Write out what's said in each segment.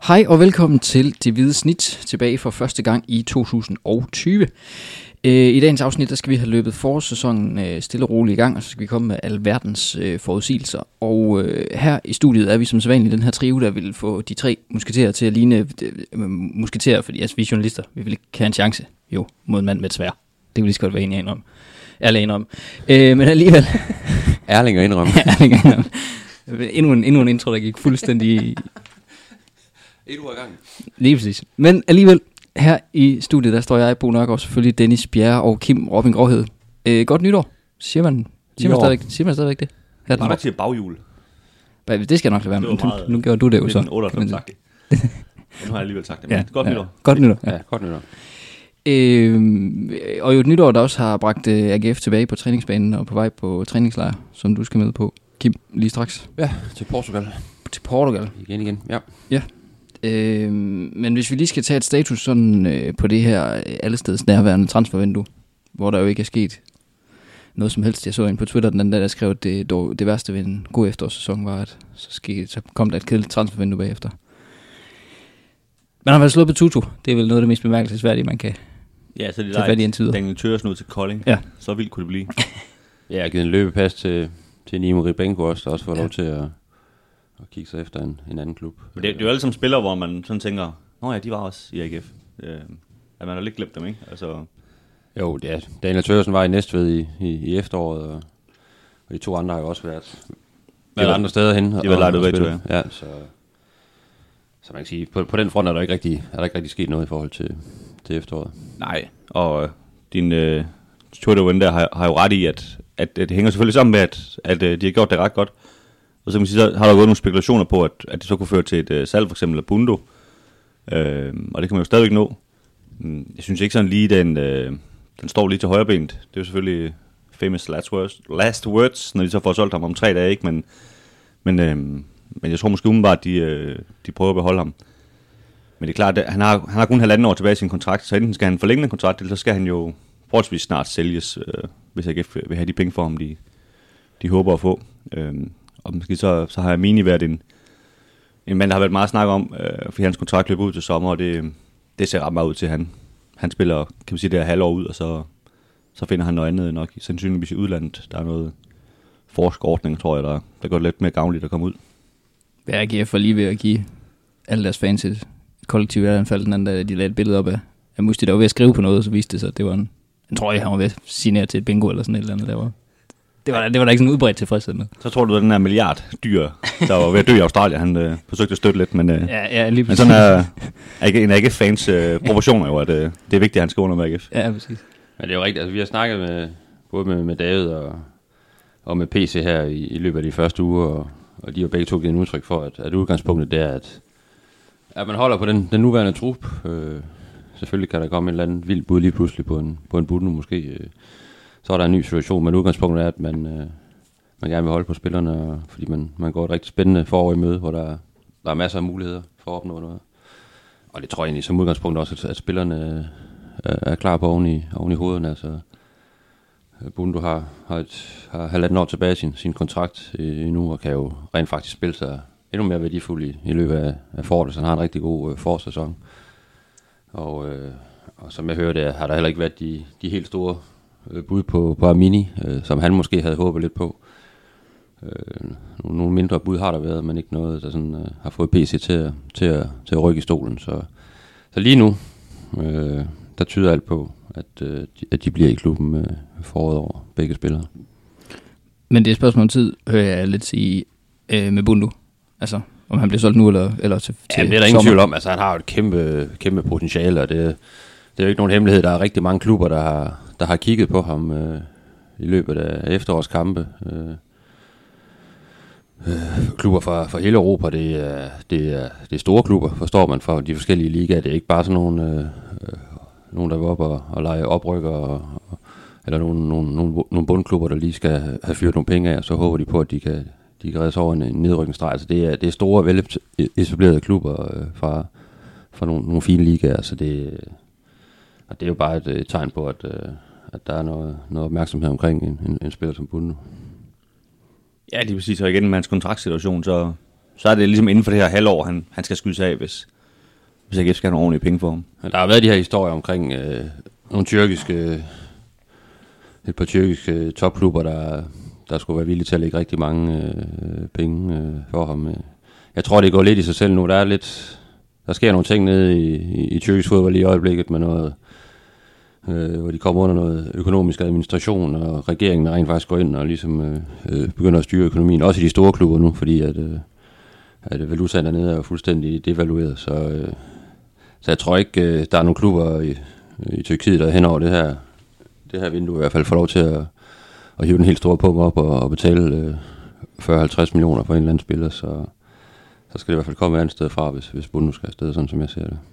Hej og velkommen til Det Hvide Snit, tilbage for første gang i 2020. I dagens afsnit, der skal vi have løbet forårssæsonen stille og roligt i gang, og så skal vi komme med alverdens forudsigelser. Og her i studiet er vi som sædvanligt i den her trio, der vil få de tre musketerer til at ligne musketerer, fordi altså, vi er journalister, vi vil ikke have en chance mod en mand med et sværd. Det vil lige så godt være enige om. Ærlig indrømme. Men alligevel... Ærling og indrømme. Endnu en intro, der gik fuldstændig... Et uge ad gangen. Lige præcis. Men alligevel, her i studiet, der står jeg, Bo Nørgaard, selvfølgelig Dennis Bjerre og Kim Robin Gråhed. Godt nytår, siger man stadigvæk det? Bare ikke siger baghjul. Det skal jeg nok lade være med. Nu gjorde du det jo så. Det er 98 sagt. Nu har jeg alligevel sagt det, men godt nytår. Godt nytår. Ja, godt nytår. Og jo et nytår, der også har bragt AGF tilbage på træningsbanen og på vej på træningslejr, som du skal med på, Kim, lige straks. Ja, til Portugal. Til Portugal. Igen, ja. Ja. Men hvis vi lige skal tage et status sådan på det her allesteds nærværende transfervindue, hvor der jo ikke er sket noget som helst. Jeg så ind på Twitter den anden dag, der skrev, at det værste ved en god efterårssæson var, at så kom der et kedeligt transfervindue bagefter. Man har været slået på Tutu. Det er vel noget af det mest bemærkelsesværdige, man kan så det tage fat i indtil videre. Daniel Tøgersen ud til Kolding. Ja. Så vildt kunne det blive. Jeg har givet en løbepas til Nimo Ribenko også, der også får lov til at kigge sig efter en anden klub. Men det er jo alle som spillere, hvor man sådan tænker, nå ja, de var også i AGF. At man har lidt glemt dem, ikke? Altså... Jo, ja. Daniel Tøgersen var i Næstved i efteråret, og de to andre har jo også været andre steder hen. De var lagt ud væk, ja. Ja, så man kan sige, på den front er der ikke rigtig sket noget i forhold til efteråret. Nej, og din Twitter-ven der har jo ret i, at det hænger selvfølgelig sammen med, at de har gjort det ret godt. Og så kan man sige, så har der gået nogle spekulationer på, at det så kunne føre til et salg, for eksempel af Bundo. Og det kan man jo stadigvæk nå. Jeg synes ikke sådan lige, den står lige til højrebenet. Det er jo selvfølgelig famous last words, når de så får solgt ham om 3 dage, ikke? Men jeg tror måske umiddelbart, de prøver at beholde ham. Men det er klart, at han har kun 1,5 år tilbage i sin kontrakt, så enten skal han forlænge den kontrakt, eller så skal han jo forholdsvis snart sælges, hvis AGF vil have de penge for ham, de håber at få. Og måske så har Amini været en mand, der har været meget snak om, fordi hans kontrakt løber ud til sommer, og det ser ret meget ud til, at han spiller, kan man sige, det her halvår ud, og så finder han noget andet nok sandsynligvis i udlandet. Der er noget forskerordning, tror jeg, der går lidt mere gavnligt at komme ud. Hvad er AGF for lige ved at give alle deres fans et kollektiv anfald den anden dag, de lagde et billede op af Musti, der var ved at skrive på noget, og så viste det sig, at det var en trøje, han var ved at signere til et bingo eller sådan et eller andet derovre. Det var der ikke sådan udbredt tilfredshed med. Så tror du, at den her milliard dyr, der var ved at dø i Australien, han forsøgte at støtte lidt, men, ja, lige men sådan er en AGF-fans proportioner jo, at det er vigtigt, at han skal under med AGF. Ja, præcis. Men det er jo rigtigt, altså vi har snakket både med David og med PC her i løbet af de første uger, og de har begge to givet en udtryk for, at udgangspunktet det er, at man holder på den nuværende trup. Selvfølgelig kan der komme en eller anden vild bud lige pludselig på en Bundo måske. Så er der en ny situation, men udgangspunktet er, at man gerne vil holde på spillerne, fordi man går et rigtig spændende forår i møde, hvor der er masser af muligheder for at opnå noget. Og det tror jeg egentlig som udgangspunkt også, at spillerne er klar på oven i hovederne. Altså, Bundo har 1,5 år tilbage sin kontrakt endnu, og kan jo rent faktisk spille sig endnu mere værdifuld i løbet af foråret, så han har en rigtig god forårssæson. Og som jeg hørte, har der heller ikke været de helt store bud på Amini, som han måske havde håbet lidt på. Nogle mindre bud har der været, men ikke noget, der sådan, har fået PC til at rykke i stolen. Så lige nu, der tyder alt på, at de bliver i klubben foråret over, begge spillere. Men det er spørgsmål om tid, hører jeg lidt sige, med Bundo. Altså, om han bliver solgt nu eller til ja, det er der ingen tvivl om. Altså, han har jo et kæmpe potentiale, og det er jo ikke nogen hemmelighed. Der er rigtig mange klubber, der har kigget på ham i løbet af efterårskampe. Klubber fra hele Europa, det er store klubber, forstår man, for de forskellige ligaer. Det er ikke bare sådan nogen der går op og leger oprykker, eller nogle bundklubber, der lige skal have fyret nogle penge af, og så håber de på, at de kan redde sig over en nedrykningsstreg. Altså det er store, veletablerede klubber fra nogle fine ligaer, så det er jo bare et tegn på, at der er noget opmærksomhed omkring en spiller som Bundo. Ja, lige præcis. Og igen med hans kontraktsituation, så er det ligesom inden for det her halvår, han skal skydes af, hvis AGF skal have nogle ordentlige penge for ham. Der har været de her historier omkring nogle et par tyrkiske topklubber, der skulle være villige til at lægge rigtig mange penge for ham. Jeg tror, det går lidt i sig selv nu. Der sker nogle ting nede i tyrkisk fodbold i øjeblikket med noget, hvor de kommer under noget økonomisk administration, og regeringen rent faktisk går ind og ligesom begynder at styre økonomien, også i de store klubber nu, fordi at valutaen dernede er fuldstændig devalueret. Så jeg tror ikke, der er nogle klubber i Tyrkiet, der hen over det her vindue i hvert fald får lov til at hive den helt store pung op og betale 40-50 millioner for en eller anden spiller, så skal det i hvert fald komme et andet sted fra, hvis Bundu skal afsted, sådan som jeg ser det.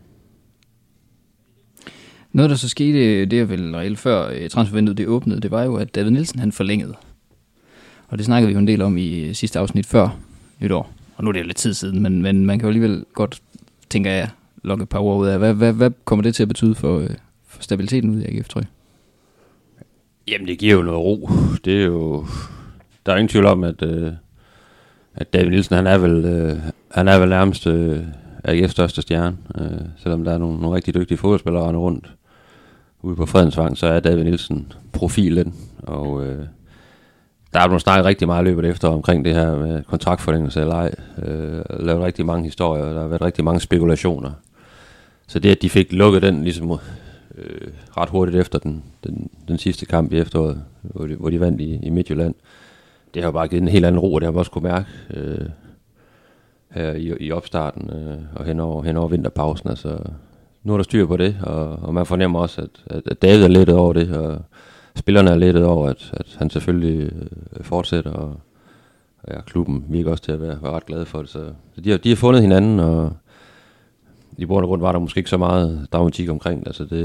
Noget, der så skete, det er vel reelt før transfervinduet det åbnede, det var jo, at David Nielsen han forlængede. Og det snakkede vi jo en del om i sidste afsnit før nytår. Og nu er det jo lidt tid siden, men man kan jo alligevel godt, tænker jeg, lokke et par ord ud af. Hvad kommer det til at betyde for stabiliteten ud i AGF, tror jeg? Jamen, det giver jo noget ro. Det er jo... Der er ingen tvivl om, at David Nielsen, han er vel nærmest AGF's største stjerne. Selvom der er nogle rigtig dygtige fodboldspillere rundt ude på Fredensvang, så er David Nielsen profilen. Og der er blevet snakket rigtig meget løbet efter omkring det her med kontraktforlængelse eller ej. Lavet rigtig mange historier, der har været rigtig mange spekulationer. Så det, at de fik lukket den ligesom ret hurtigt efter den sidste kamp i efteråret, hvor de vandt i Midtjylland, det har jo bare givet en helt anden ro, og det har man også kunne mærke her i opstarten og hen over vinterpausen. Altså, nu er der styr på det, og man fornemmer også, at David er lettet over det, og spillerne er lettet over, at han selvfølgelig fortsætter, og ja, klubben virker også til at være ret glade for det. Så de har fundet hinanden, og i bund og grund var der måske ikke så meget dramatik omkring det. Altså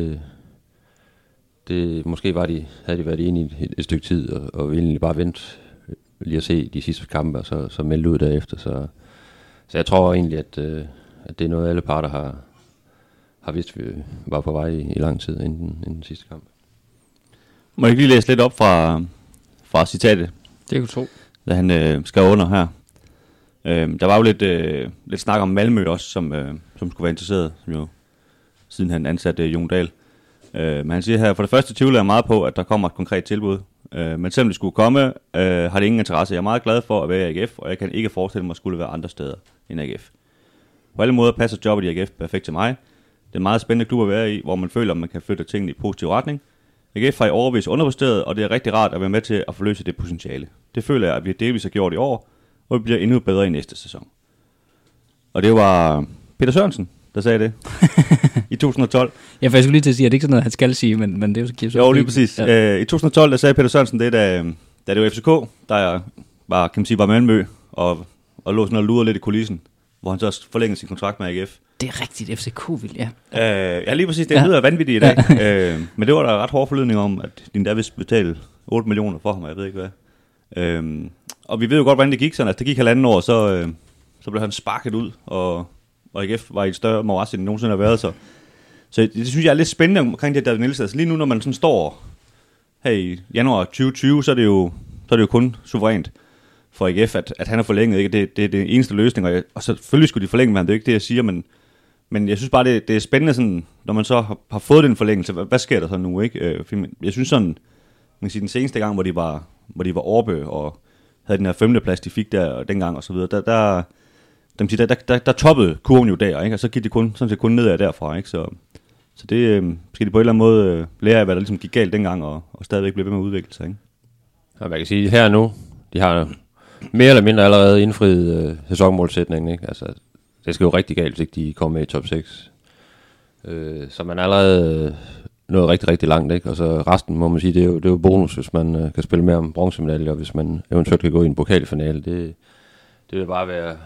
det måske havde de været enige i et stykke tid, og ville egentlig bare vente lige at se de sidste kampe, og så melde ud derefter. Så jeg tror egentlig, at det er noget, alle parter har vidst, vi var på vej i lang tid inden den sidste kamp. Må jeg ikke lige læse lidt op fra citatet? Det kan du tro. Da han skrev under her. Der var jo lidt snak om Malmø også, som skulle være interesseret, som jo, siden han ansatte Jon Dahl. Men han siger her, for det første tvivler jeg meget på, at der kommer et konkret tilbud. Men selvom det skulle komme, har det ingen interesse. Jeg er meget glad for at være i AGF, og jeg kan ikke forestille mig at skulle være andre steder end AGF. På alle måder passer jobbet i AGF perfekt til mig. Det er en meget spændende klub at være i, hvor man føler, at man kan flytte tingene i positiv retning. AGF har i overvis underpresteret, og det er rigtig rart at være med til at forløse det potentiale. Det føler jeg, at vi delvis har gjort i år, og vi bliver endnu bedre i næste sæson. Og det var Peter Sørensen, der sagde det i 2012. Ja, for jeg skulle lige til at sige, at det ikke sådan noget, han skal sige, men det er jo så giver så. Jo, lige præcis. Ja. I 2012, der sagde Peter Sørensen det, da det var FCK, der var Malmø, og lå sådan og luder lidt i kulissen, hvor han så forlængede sin kontrakt med AGF. Det er rigtigt, FCK vil, ja. Ja, lige præcis. Det lyder vanvittigt i dag. Men det var der ret hård forlydning om, at din der ville betale 8 millioner for ham, jeg ved ikke hvad. Og vi ved jo godt, hvordan det gik sådan. Altså, det gik 1,5 år, så blev han sparket ud, og AGF var i et større moras, end nogensinde har været. Så det synes jeg er lidt spændende omkring det, David Nielsen. Altså lige nu, når man sådan står her i januar 2020, så er det jo kun suverænt for AGF, at han har forlænget. Ikke? Det er det eneste løsning, og selvfølgelig skulle de forlænge med ham, det er ikke det, jeg siger, men jeg synes bare, det er spændende, sådan, når man så har fået den forlængelse. Hvad sker der så nu? Ikke? Jeg synes sådan, man kan sige, den seneste gang, hvor de var oppe og havde den her 5. plads, de fik der dengang og så videre, der toppede kurven jo der, ikke? Og så gik det sådan set kun nedad derfra, ikke? Så det skal de på en eller anden måde lære af, hvad der ligesom gik galt dengang, og stadigvæk blive ved med at udvikle sig, ikke? Ja, man kan sige, her nu, de har mere eller mindre allerede indfriet sæsonmålsætningen, ikke? Altså, det skal jo rigtig galt, hvis ikke de kommer med i top 6. Så man er allerede nået rigtig, rigtig langt, ikke? Og så resten, må man sige, det er jo bonus, hvis man kan spille mere om bronzemedalje, og hvis man eventuelt kan gå i en pokalfinale. Det vil bare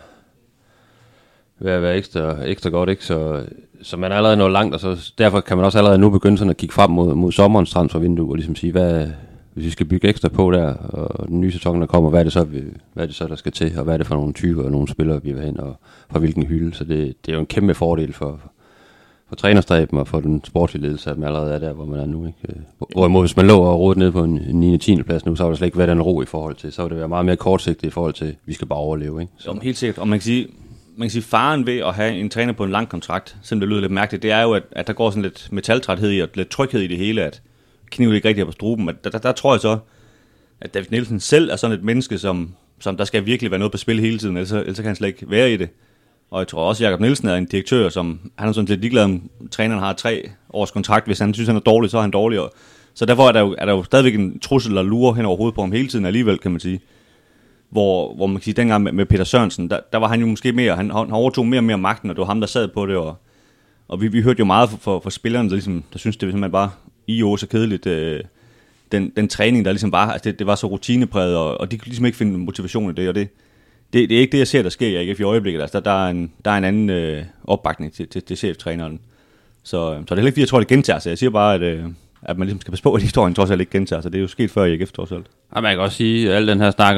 være ekstra godt, ikke? Så man er allerede nået langt, og så derfor kan man også allerede nu begynde sådan at kigge frem mod sommerens transfervindue, og ligesom sige, hvis vi skal bygge ekstra på der, og den nye sæson, der kommer, hvad er det så, der skal til, og hvad er det for nogle typer og nogle spillere, vi vil hen, og fra hvilken hylde. Så det er jo en kæmpe fordel for trænerstaben og for den sportslige ledelse, at man allerede er der, hvor man er nu, ikke? Hvorimod, hvis man lå og rådede ned på en 9. 10. plads nu, så var der slet ikke været den ro i forhold til. Så ville det være meget mere kortsigtet i forhold til, at vi skal bare overleve, ikke? Så helt sikkert. Og man kan sige, man kan sige, faren ved at have en træner på en lang kontrakt, selvom det lyder lidt mærkeligt, det er jo, at der går sådan lidt metaltræthed i, og lidt tryghed i det hele, at kniven ikke rigtig er på struben. Der tror jeg så, at David Nielsen selv er sådan et menneske, som der skal virkelig være noget på spil hele tiden, ellers kan han slet ikke være i det. Og jeg tror også, at Jakob Nielsen er en direktør, som han er sådan lidt ligeglad, om træneren har 3 års kontrakt. Hvis han synes, han er dårlig, så er han dårlig. Så derfor er der jo stadigvæk en trussel, der lurer hen over hovedet på ham hele tiden alligevel, kan man sige. Hvor man kan sige, dengang med Peter Sørensen, der var han jo måske mere, han overtog mere og mere magten, og det var ham, der sad på det. Og vi hørte jo meget for spillerne, der synes, det simpelthen bare så kedeligt. Den træning, der ligesom var, altså det var så rutinepræget, og de kunne ligesom ikke finde motivation i det, og det er ikke det, jeg ser, der sker i AGF i øjeblikket. Altså, der er en anden opbakning til cheftræneren. Så det er heller ikke, fordi jeg tror, det gentager sig. Jeg siger bare, at man ligesom skal passe på, at historien trods alt ikke gentager sig. Det er jo sket før i AGF trods alt. Ja, man kan også sige, at al den her snak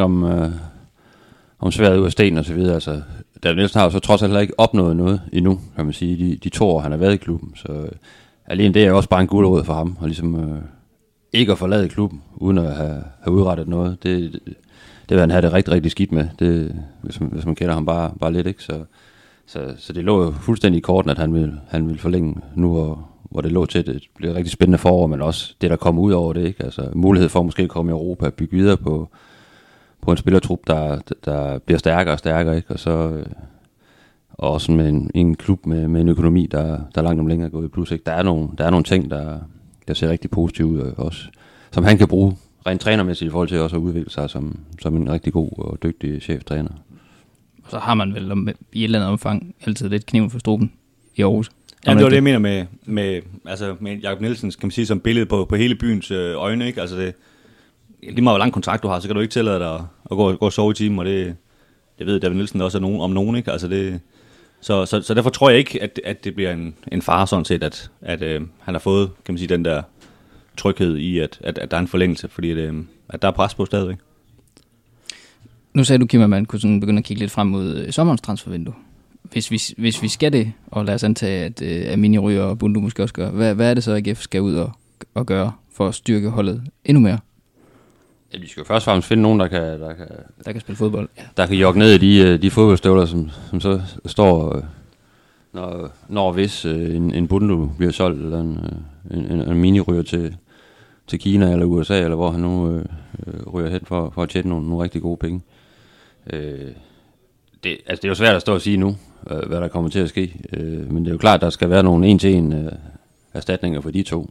om sværet ud af sten og så videre, altså David Nielsen har jo så trods alt heller ikke opnået noget endnu, kan man sige, de 2 år, han har været i klubben. Så alene det er jo også bare en gulerod for ham, og ligesom ikke at forlade klubben, uden at have udrettet noget. Det vil han have det rigtig, rigtig skidt med, hvis man kender ham bare lidt, ikke? Så det lå jo fuldstændig i korten, at han ville forlænge nu, hvor det lå til. Det bliver rigtig spændende forår, men også det, der kommer ud over det, ikke? Altså mulighed for måske at komme i Europa og bygge videre på en spillertrup, der bliver stærkere og stærkere, ikke? Og så også med en klub med en økonomi, der langt om længere går i plus, ikke? Der er nogle ting, der ser rigtig positivt ud, også, som han kan bruge rent trænermæssigt i forhold til også at udvikle sig som en rigtig god og dygtig cheftræner. Og så har man vel i et eller andet omfang altid lidt kniven for struben i Aarhus. Ja, det var det, jeg mener med Jakob Nielsens, kan man sige, som billede på hele byens øjne, ikke? Altså lige meget hvor lang kontrakt du har, så kan du ikke tillade dig at gå og sove i timen, og det ved David Nielsen også om nogen, ikke? Altså så derfor tror jeg ikke, at det bliver en fare sådan set, at han har fået, kan man sige, den der tryghed i, at der er en forlængelse, fordi at der er pres på stadigvæk. Nu sagde du, Kim, at man kunne sådan begynde at kigge lidt frem mod sommerens transfervindue. Hvis vi skal det, og lad os antage, at Amini ryger og Bundu måske også gør, hvad er det så, AGF skal ud og gøre for at styrke holdet endnu mere? Ja, vi skal jo først og fremmest finde nogen, der kan spille fodbold. Ja. Der kan jogge ned i de fodboldstøvler, som så står, når hvis en Bundu bliver solgt, eller en Amini ryger til Kina eller USA, eller hvor han nu ryger hen for at tjene nogle rigtig gode penge. Det er jo svært at stå og sige nu, hvad der kommer til at ske, men det er jo klart, at der skal være nogle en-til-en erstatninger for de 2.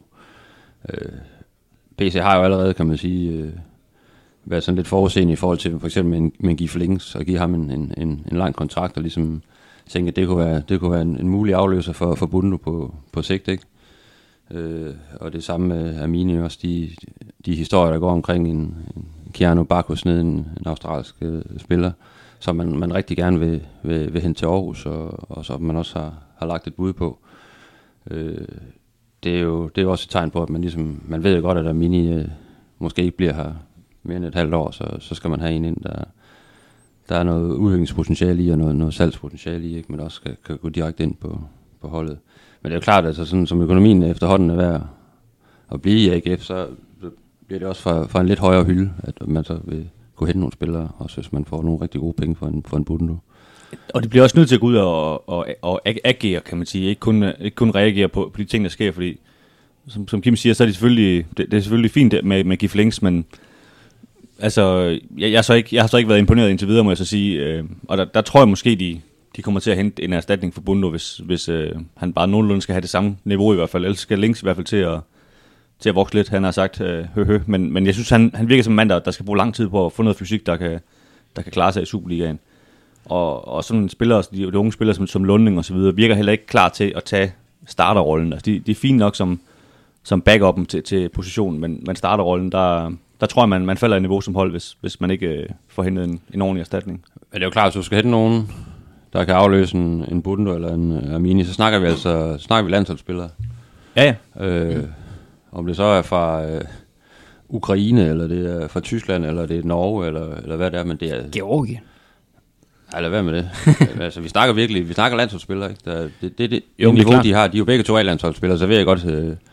PC har jo allerede, kan man sige, været sådan lidt forudseende i forhold til for eksempel med en Guy Flings, og give ham en lang kontrakt, og ligesom tænke, at det kunne være en mulig afløser for Bundu på sigt, ikke? Og det samme med Amini også, de historier, der går omkring en Keanu Bacchus ned, en australsk spiller, som man rigtig gerne vil hente til Aarhus, og som man også har lagt et bud på. Det er jo også et tegn på, at man ved jo godt, at Amini måske ikke bliver her mere end et halvt år, så skal man have en ind, der er noget udviklingspotentiale i, og noget salgspotentiale i, ikke? Men også kan gå direkte ind på holdet. Men det er jo klart, at altså sådan, som økonomien efterhånden er værd at blive i AGF, så bliver det også for en lidt højere hylde, at man så vil kunne hente nogle spillere, også hvis man får nogle rigtig gode penge for en Bundu. Og det bliver også nødt til at gå ud og agere, kan man sige. Ikke kun reagere på de ting, der sker, fordi som Kim siger, så er det selvfølgelig fint med Guy Flings, men altså, jeg har så ikke været imponeret indtil videre, må jeg så sige. Og der tror jeg måske, de kommer til at hente en erstatning for Bundu, hvis han bare nogenlunde skal have det samme niveau i hvert fald. Ellers skal Links i hvert fald til at vokse lidt. Han har sagt men jeg synes, han virker som en mand, der skal bruge lang tid på at få noget fysik, der kan klare sig i Superligaen. Og sådan en spiller, de unge spillere som Lunding og så videre, virker heller ikke klar til at tage starterrollen. Altså, de er fine nok som backupen til positionen, men starterrollen, der tror jeg, man falder i niveau som hold, hvis man ikke får hentet en ordentlig erstatning. Men det er jo klart, at hvis du skal hente nogen, der kan afløse en Bundu eller en Amini, så snakker vi landsholdsspillere. Ja. Om det så er fra Ukraine, eller det er fra Tyskland, eller det er Norge, eller hvad det er, men det er... Georgien. Ja, lad være med det. Altså, vi snakker landsholdsspillere, ikke? Det niveau, de har. De er jo begge 2 landsholdsspillere, så ved jeg godt,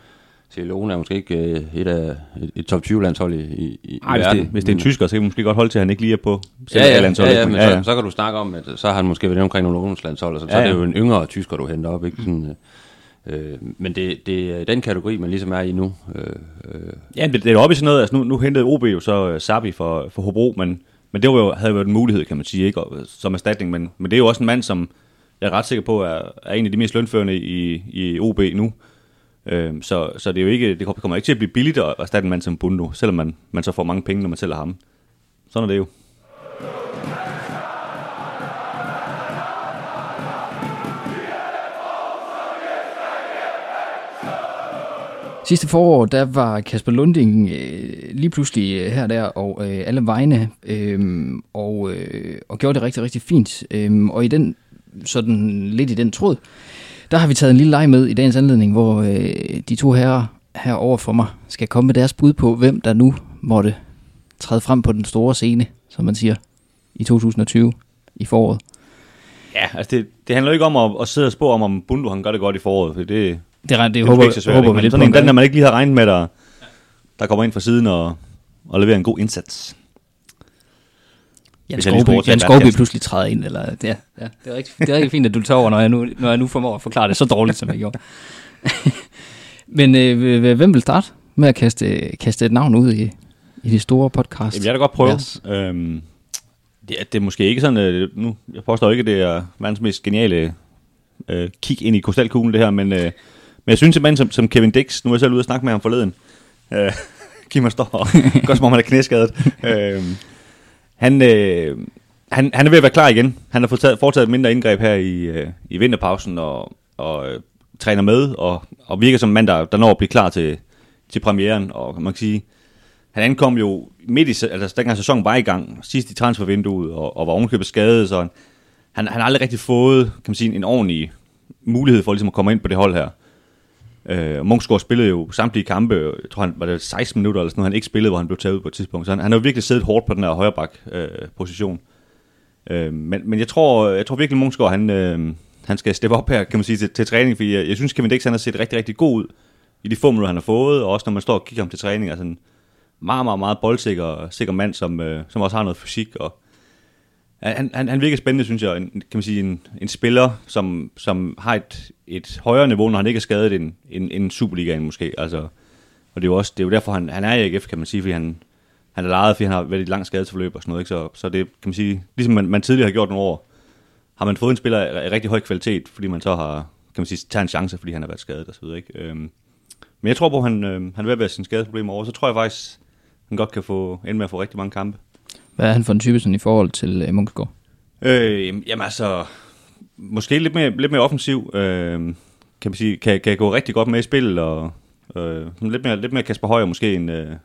Barcelona er måske ikke et top 20-landshold i verden. Hvis det er en tysker, så kan man måske godt holde til, at han ikke lige er på landsholdet. Men så kan du snakke om, at så har han måske været omkring nogle ungdomslandshold, så er det jo en yngre tysker, du henter op, ikke? Sådan, men det er den kategori, man ligesom er i nu. Ja, det er oppe i sådan noget. Altså nu hentede OB jo så Sabi for Hobro, men det var jo, havde jo været en mulighed, kan man sige, ikke, som erstatning. Men det er jo også en mand, som jeg er ret sikker på, er en af de mest lønførende i OB nu. Så det er jo ikke, det kommer ikke til at blive billigt at erstatte en mand som Bundu, selvom man så får mange penge, når man sælger ham. Sådan er det jo. Sidste forår, der var Kasper Lunding lige pludselig her der, og alle vegne, og gjorde det rigtig, rigtig fint. Og i den, sådan lidt i den tråd, der har vi taget en lille leg med i dagens anledning, hvor de to herrer her over for mig skal komme med deres bud på, hvem der nu måtte træde frem på den store scene, som man siger, i 2020 i foråret. Ja, altså det handler ikke om at sidde og spå om Bundu han gør det godt i foråret, for det håber vi lidt sådan på. Den der man ikke lige har regnet med, der kommer ind fra siden og leverer en god indsats. Jan Skovby pludselig træder ind, eller ja, det er rigtig fint, at du tager over, når jeg nu formår at forklare det så dårligt, som jeg gjorde. Men hvem vil starte med at kaste et navn ud i det store podcast? Jamen, jeg vil godt prøve. Det er måske ikke sådan, nu jeg påstår ikke, at det er verdens mest geniale kig ind i krystalkuglen, det her, men jeg synes simpelthen, som Kevin Dix, nu er jeg selv ude og snakke med ham forleden, Kim står og går som om han er knæskadet. Han er ved at være klar igen. Han har foretaget et mindre indgreb her i vinterpausen og træner med og virker som en mand, der når at blive klar til premieren. Og man kan sige, han ankom jo midt i, altså dengang sæsonen var i gang, sidst i transfervinduet og var ovenkøbet skadet, så han har aldrig rigtig fået, kan man sige, en ordentlig mulighed for ligesom at komme ind på det hold her. Munksgaard spillede jo samtlige kampe, jeg tror han var det 16 minutter eller sådan noget, han ikke spillede, hvor han blev taget ud på et tidspunkt, så han har jo virkelig siddet hårdt på den her højreback position. Men jeg tror virkelig Munksgaard han skal steppe op her, kan man sige, til træning, fordi jeg synes Kevin Dix han har set rigtig, rigtig god ud i de få minutter han har fået, og også når man står og kigger ham til træning, altså en meget, meget, meget boldsikker mand, som også har noget fysik, og han virker spændende, synes jeg, kan man sige, en spiller, som har et højere niveau, når han ikke er skadet en Superligaen måske, altså, og det er jo derfor, han er i AGF, kan man sige, fordi han er lejet, fordi han har været i et langt skadesforløb og sådan noget, ikke? Så det kan man sige, ligesom man tidligere har gjort nogle år, har man fået en spiller af rigtig høj kvalitet, fordi man så har, kan man sige, taget en chance, fordi han har været skadet og så videre, ikke? Men jeg tror på, han er ved at være sin skadesproblemer over, så tror jeg faktisk, han godt kan ende med at få rigtig mange kampe. Hvad er han for en type sådan i forhold til Munksgaard? Jamen altså, måske lidt mere offensiv, kan man sige, kan gå rigtig godt med i spil, og lidt mere Kasper Højer måske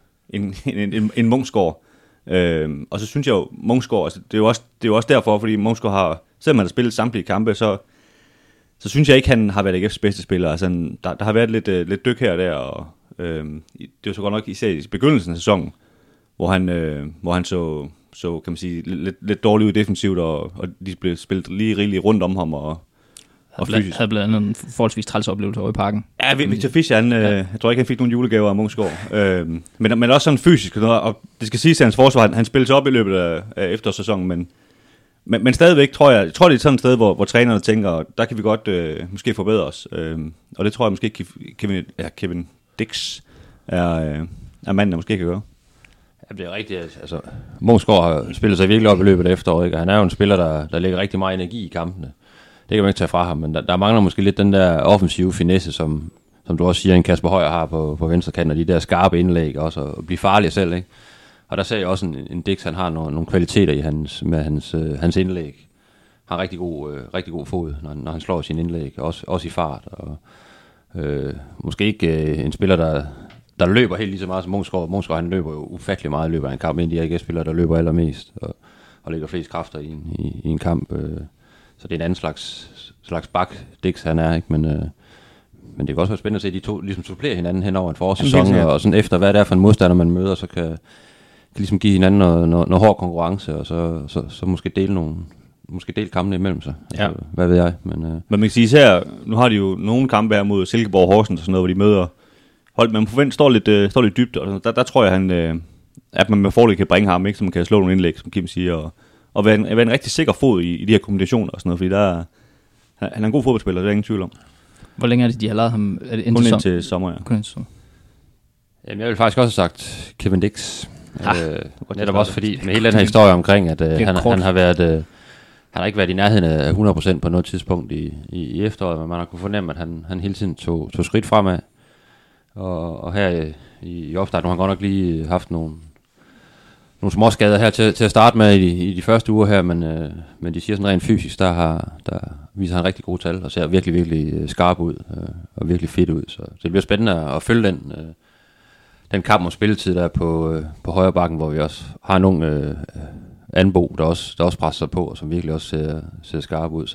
end Munksgaard. Og så synes jeg jo, Munksgaard, altså, det er jo også derfor, fordi Munksgaard har, selvom han har spillet samtlige kampe, så synes jeg ikke, han har været AGF's bedste spiller. Altså, der har været lidt dyk her og der, og det var så godt nok især i begyndelsen af sæsonen, hvor han så kan man sige, lidt dårligt ud defensivt, og de blev spillet lige rigeligt rundt om ham, og fysisk. Havde blandt andet en forholdsvis træls oplevelse over i parken. Ja, Victor Fischer, jeg tror ikke, han fik nogen julegaver af Munksgaard. Men også sådan fysisk, og det skal siges, at hans forsvar, han spillede sig op i løbet af efterårssæsonen, men stadigvæk tror jeg det er sådan et sted, hvor trænerne tænker, der kan vi godt måske forbedre os. Og det tror jeg måske Kevin Dix er manden, der måske kan gøre. Ja, det er rigtigt. Altså, Munksgaard har spillet sig virkelig op i løbet af efteråret, ikke? Han er jo en spiller, der lægger rigtig meget energi i kampene. Det kan man ikke tage fra ham, men der mangler måske lidt den der offensive finesse, som du også siger, en Kasper Højer har på venstre kant, og de der skarpe indlæg også, og blive farlig selv, ikke? Og der ser jeg også en Dix, han har nogle kvaliteter i hans indlæg. Har rigtig god fod, når han slår sin indlæg, også i fart. Og måske ikke en spiller, der løber helt lige så meget som Munksgaard. Munksgaard, han løber jo ufattelig meget i løbet af en kamp, men de AGF-spillere, der løber allermest, og lægger flest kræfter i en kamp. Så det er en anden slags bak, Dix han er, ikke? Men det kan også være spændende at se, at de to ligesom supplerer hinanden hen over en forårssæson, og sådan efter, hvad det er for en modstander, man møder, så kan ligesom give hinanden noget hård konkurrence, og så måske dele kampene imellem sig. Ja. Altså, hvad ved jeg. Men man kan sige især, nu har de jo nogle kampe her mod Silkeborg og Horsens og sådan noget, hvor de møder hold man forventer står lidt dybt, og der tror jeg, at man med fordel kan bringe ham, ikke, så man kan slå nogle indlæg, som Kim siger, og være en rigtig sikker fod i de her kombinationer og sådan noget, fordi han er en god fodboldspiller, det er ingen tvivl om. Hvor længe er det, de har lavet ham? Er det kun indtil sommer, ja. Kun indtil sommer. Jamen, jeg vil faktisk også have sagt Kevin Dix. Netop også fordi, med hele den her historie omkring, at han har været... han har ikke været i nærheden af 100% på noget tidspunkt i efteråret, men man har kunnet fornemme, at han hele tiden tog skridt fremad. Og her i opstart, nu har han godt nok lige haft nogle småskader her til at starte med i de første uger her, men de siger sådan rent fysisk, der viser han rigtig gode tal, og ser virkelig, virkelig skarp ud, og virkelig fedt ud. Så det bliver spændende at følge den kamp om spilletid der på højre bakken, hvor vi også har en ung Anbo, der også presser sig på, og som virkelig også ser skarp ud. Så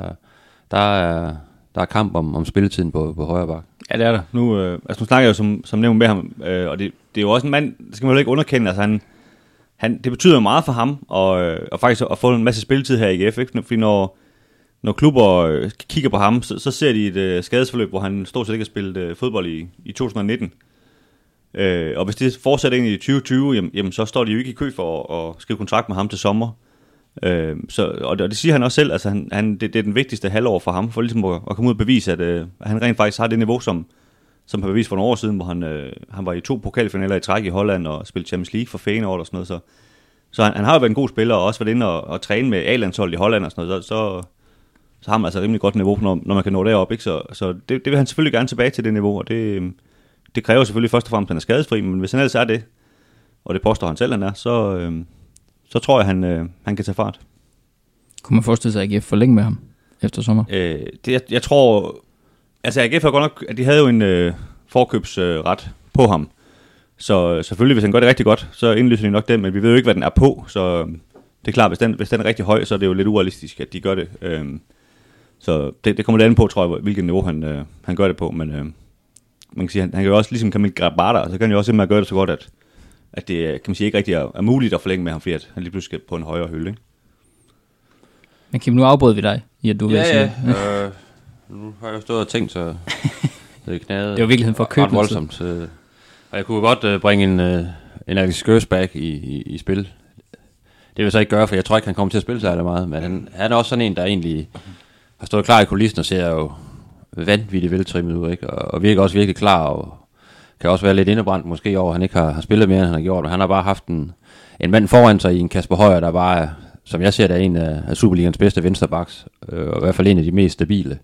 der er kamp om spilletiden på højre bakke. Ja, det er der. Nu snakker jeg jo som nævnt med ham, og det er jo også en mand, det skal man jo ikke underkende, altså det betyder meget for ham, og faktisk at få en masse spilletid her i AGF, ikke? Fordi når klubber kigger på ham, så ser de et skadesforløb, hvor han stort set ikke har spillet fodbold i 2019. Og hvis det fortsætter ind i 2020, jamen så står de jo ikke i kø for at skrive kontrakt med ham til sommer. Og det siger han også selv, altså det er den vigtigste halvår for ham, for ligesom at komme ud og bevise, at han rent faktisk har det niveau, som har bevist for nogle år siden, hvor han var i 2 pokalfinaler i træk i Holland og spillede Champions League for Feyenoord og sådan noget. Så han har jo været en god spiller, og også været inde og træne med A-landshold i Holland og sådan noget, så har man altså rimelig godt niveau, når man kan nå derop, ikke? Så det vil han selvfølgelig gerne tilbage til det niveau, og det kræver selvfølgelig først og fremmest, at han er skadesfri, men hvis han ellers er det, og det påstår han selv, han er, så tror jeg, han kan tage fart. Kunne man forestille sig, at AGF forlænge med ham efter sommer? Jeg tror... Altså AGF har godt nok... At de havde jo en forkøbsret på ham. Så selvfølgelig, hvis han gør det rigtig godt, så indløser de nok den, men vi ved jo ikke, hvad den er på. Så det er klart, hvis den er rigtig høj, så er det jo lidt urealistisk, at de gør det. Så det kommer lidt an på, tror jeg, hvilket niveau han gør det på. Men man kan sige, han kan jo også, ligesom Kamil Grabara, så kan han jo også simpelthen gøre det så godt, at det kan man sige, ikke rigtig er muligt at forlænge med ham, fordi at han lige pludselig skal på en højere hylde, ikke? Men Kim, nu afbrød vi dig i, at du vil sige... Nu har jeg stået og tænkt, så det knadede. Det var virkeligheden for købet. Ret voldsomt. Og jeg kunne godt bringe en Alex Gørsbæk i spil. Det vil jeg så ikke gøre, for jeg tror ikke, han kommer til at spille sig meget. Men han er også sådan en, der egentlig har stået klar i kulissen og ser jo vanvittigt veltrimmet ud, ikke? Og virker også virkelig klar, og kan også være lidt indebrændt måske over, at han ikke har spillet mere, end han har gjort. Men han har bare haft en mand foran sig i en Kasper Højer, der bare, som jeg ser det, er en af Superligans bedste venstrebacks, og i hvert fald en af de mest stabile.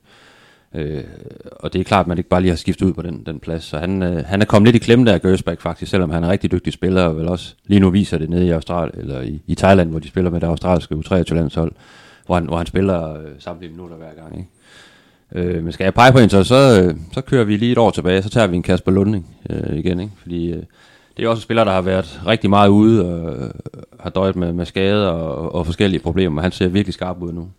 Og det er klart, at man ikke bare lige har skiftet ud på den plads. Så han er kommet lidt i klemme der, Gørsbæk faktisk, selvom han er en rigtig dygtig spiller, og vel også lige nu viser det nede i Australien, eller i Thailand, hvor de spiller med det australske U23-landshold, hvor han spiller samtlige minutter hver gang, ikke? Men skal jeg pege på en, så kører vi lige et år tilbage, så tager vi en Kasper Lunding igen, ikke? Fordi det er også en spiller, der har været rigtig meget ude, og har døjet med skader og forskellige problemer, han ser virkelig skarp ud nu.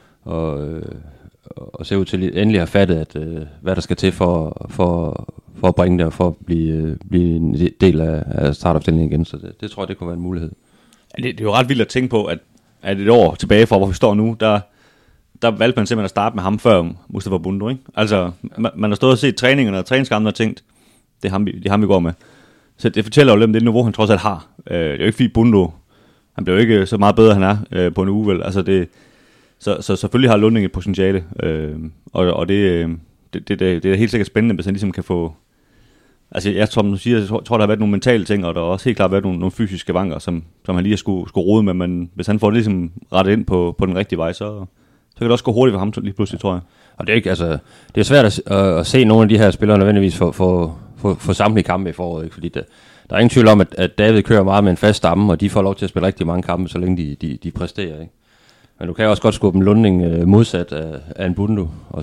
Og ser ud til at endelig have fattet, hvad der skal til for at bringe det, og for at blive en del af startopstillingen igen. Så det tror jeg, det kunne være en mulighed. Det er jo ret vildt at tænke på, at et år tilbage fra, hvor vi står nu, der valgte man simpelthen at starte med ham før Mustafa Bundu, ikke? Altså, man har stået og set træningerne og træningskampen og tænkt, det er ham, vi går med. Så det fortæller jo lidt om det niveau, han trods alt har. Det er jo ikke fordi Bundu, han bliver jo ikke så meget bedre, han er på en uge, vel? Altså så selvfølgelig har Lunding et potentiale, og det er helt sikkert spændende, hvis han ligesom kan få... Altså jeg tror, der har været nogle mentale ting, og der har også helt klart været nogle fysiske vanker, som han lige har skulle rode med, men hvis han får det ligesom rettet ind på den rigtige vej, så kan det også gå hurtigt for ham lige pludselig, tror jeg. Og det er ikke, altså, det er svært at se nogle af de her spillere nødvendigvis for samtlige kampe i foråret, ikke? Fordi der er ingen tvivl om, at David kører meget med en fast stamme, og de får lov til at spille rigtig mange kampe, så længe de præsterer, ikke? Men du kan også godt skubbe en Lunding modsat af en Bundu, og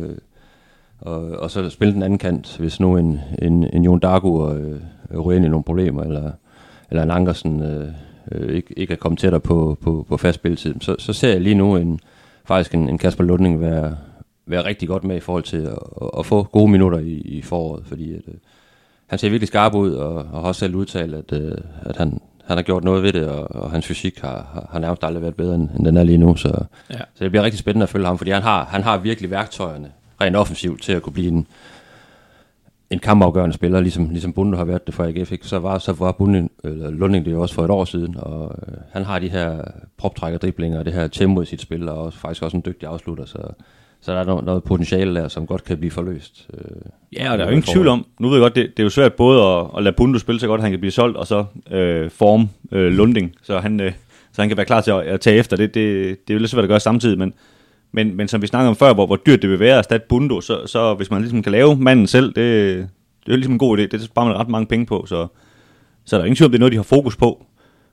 så spille den anden kant, hvis nu en Jon Dago ryger ind i nogle problemer, eller en Ankersen ikke er kommet tættere på fast spilletid. Så ser jeg lige nu faktisk en Kasper Lunding være rigtig godt med i forhold til at få gode minutter i foråret, fordi han ser virkelig skarp ud, og har også selv udtalt, at han har gjort noget ved det, og hans fysik har nærmest aldrig været bedre, end den er lige nu. Så det bliver rigtig spændende at følge ham, fordi han har virkelig værktøjerne, rent offensivt, til at kunne blive en kampafgørende spiller, ligesom Bunde har været det for AGF, ikke? Så var Lunding det jo også for et år siden, og han har de her proptrækker-driblinger og det her tempo i sit spil, og faktisk også en dygtig afslutter, så der er noget potentiale der, som godt kan blive forløst. Ja, og der er jo ingen tvivl om, nu ved jeg godt, det er jo svært både at lade Bunde spille så godt, at han kan blive solgt, og så forme Lunding, så han kan være klar til at tage efter. Det er jo lidt svært at gøre samtidig, men som vi snakkede om før, hvor dyrt det vil være at erstatte Bundo, så hvis man ligesom kan lave manden selv, det er jo ligesom en god idé. Det sparer man ret mange penge på, så der er ingen tvivl om, det er noget, de har fokus på.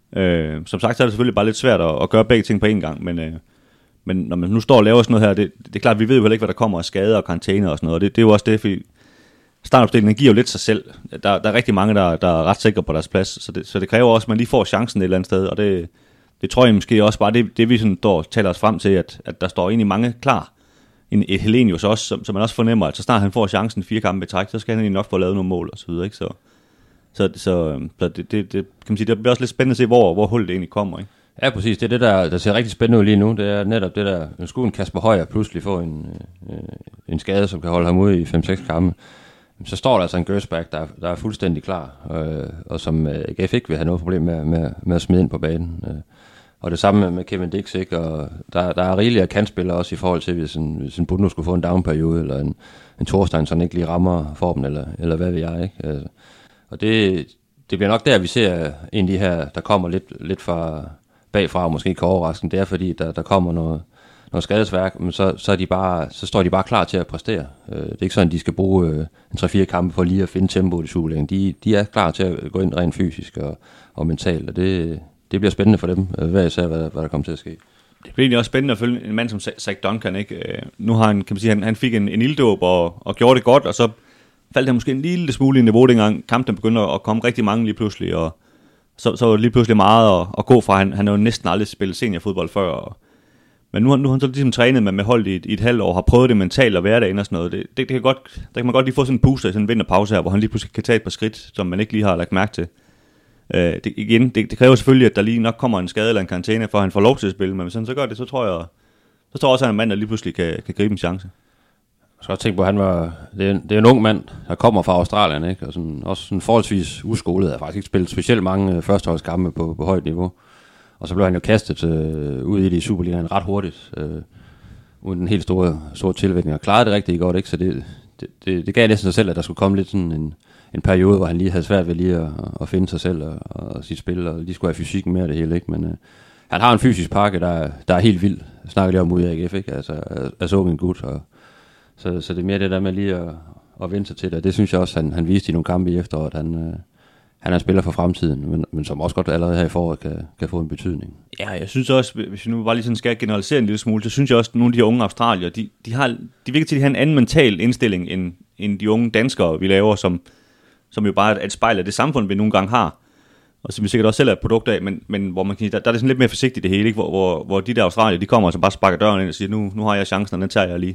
Som sagt, så er det selvfølgelig bare lidt svært at gøre begge ting på én gang, men når man nu står og laver sådan noget her, det er klart, vi ved jo heller ikke, hvad der kommer af skader og karantæne og sådan noget, og det er jo også det, fordi startopstillingen giver jo lidt sig selv. Der er rigtig mange, der er ret sikre på deres plads, så det kræver også, at man lige får chancen et eller andet sted, og det tror jeg måske også bare, det vi sådan taler os frem til, at der står egentlig mange klar. Et Helenius også, som man også fornemmer, at så snart han får chancen 4 kampe i træk, så skal han egentlig nok få lavet nogle mål og så videre, ikke? Så det kan man sige, det bliver også lidt spændende at se, hvor hullet det egentlig kommer, ikke? Ja, præcis. Det er det, der ser rigtig spændende ud lige nu. Det er netop det der, nu skulle en Kasper Højer pludselig få en skade, som kan holde ham ude i 5-6 kampe. Så står der altså en Gersbach, der er fuldstændig klar, og som AGF ikke vil have noget problem med at smide ind på banen. Og det samme med Kevin Dix, ikke? Og der er rigeligt af kantspillere også i forhold til, hvis en Bundu skulle få en downperiode, eller en Thorstein, som ikke lige rammer for dem, eller hvad ved jeg, ikke? Og det bliver nok der, vi ser en af de her, der kommer lidt fra bagfra, og måske ikke overraskende. Det er fordi, der kommer noget skadesværk, men så står de bare klar til at præstere. Det er ikke sådan, de skal bruge en 3-4 kampe for lige at finde tempoet i Superligaen. De er klar til at gå ind rent fysisk og mentalt, og det bliver spændende for dem, hver især, hvad der kommer til at ske. Det bliver egentlig også spændende at følge en mand som Zach Duncan, ikke? Nu har han, kan man sige, han fik en ilddåb og gjorde det godt, og så faldt han måske en lille smule i niveau, dengang kampen begyndte at komme rigtig mange lige pludselig, og så var det lige pludselig meget at gå fra. Han har jo næsten aldrig spillet seniorfodbold før, men nu har han så ligesom trænet med holdet i et halvt år, har prøvet det mentalt og hverdagen og sådan noget. Det kan man godt lige få sådan en booster i sådan en vinterpause her, hvor han lige pludselig kan tage et par skridt, som man ikke lige har lagt mærke til. Det kræver selvfølgelig, at der lige nok kommer en skade eller en karantæne, for at han får lov til at spille, men hvis han så gør det, så tror jeg også, at han er en mand, der lige pludselig kan gribe en chance. Jeg skal også tænke på, at det er en ung mand, der kommer fra Australien, ikke? Og også sådan forholdsvis uskolet, har faktisk ikke spillet specielt mange førsteholdskampe på højt niveau. Og så blev han jo kastet ud i det i Superligaen ret hurtigt, uden en helt stor tilvænning, og klarede det rigtig godt, ikke? Så det gav næsten sig selv, at der skulle komme lidt sådan en periode, hvor han lige havde svært ved lige at finde sig selv og sit spil, og lige skulle have fysikken med det hele, ikke? Men han har en fysisk pakke, der er helt vild. Jeg snakker lige om ude i AGF, ikke? Altså ung en gut, og så det er mere det der med lige at vende sig til det. Det synes jeg også, han viste i nogle kampe i efteråret, han er en spiller for fremtiden, men som også godt allerede her i foråret kan få en betydning. Ja, jeg synes også, hvis vi nu bare lige sådan skal generalisere en lille smule, så synes jeg også, at nogle af de her unge australier, de virker til, at de har en anden mental indstilling, end de unge danskere, vi laver, som jo bare er et spejl af det samfund, vi nogle gange har, og som vi sikkert også selv er et produkt af, men hvor man kan, der er det sådan lidt mere forsigtigt det hele, ikke? Hvor de der australier, de kommer og så bare sparker døren ind og siger, nu har jeg chancen, og den tager jeg lige.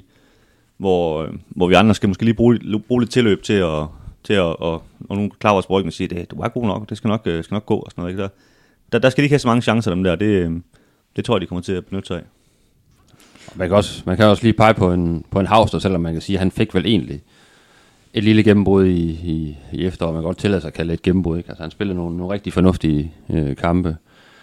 Hvor vi andre skal måske lige bruge lidt tilløb til at og nogen klarer vores bryggen og siger, du er god nok, det skal nok gå og sådan noget, ikke? Der skal de ikke have så mange chancer, dem der. Det tror jeg, de kommer til at benytte sig af. Man kan også lige pege på en Hausner, selvom man kan sige, at han fik vel egentlig et lille gennembrud i efteråret. Man kan godt tillade sig at kalde det et gennembrud, ikke? Altså, han spillede nogle rigtig fornuftige kampe.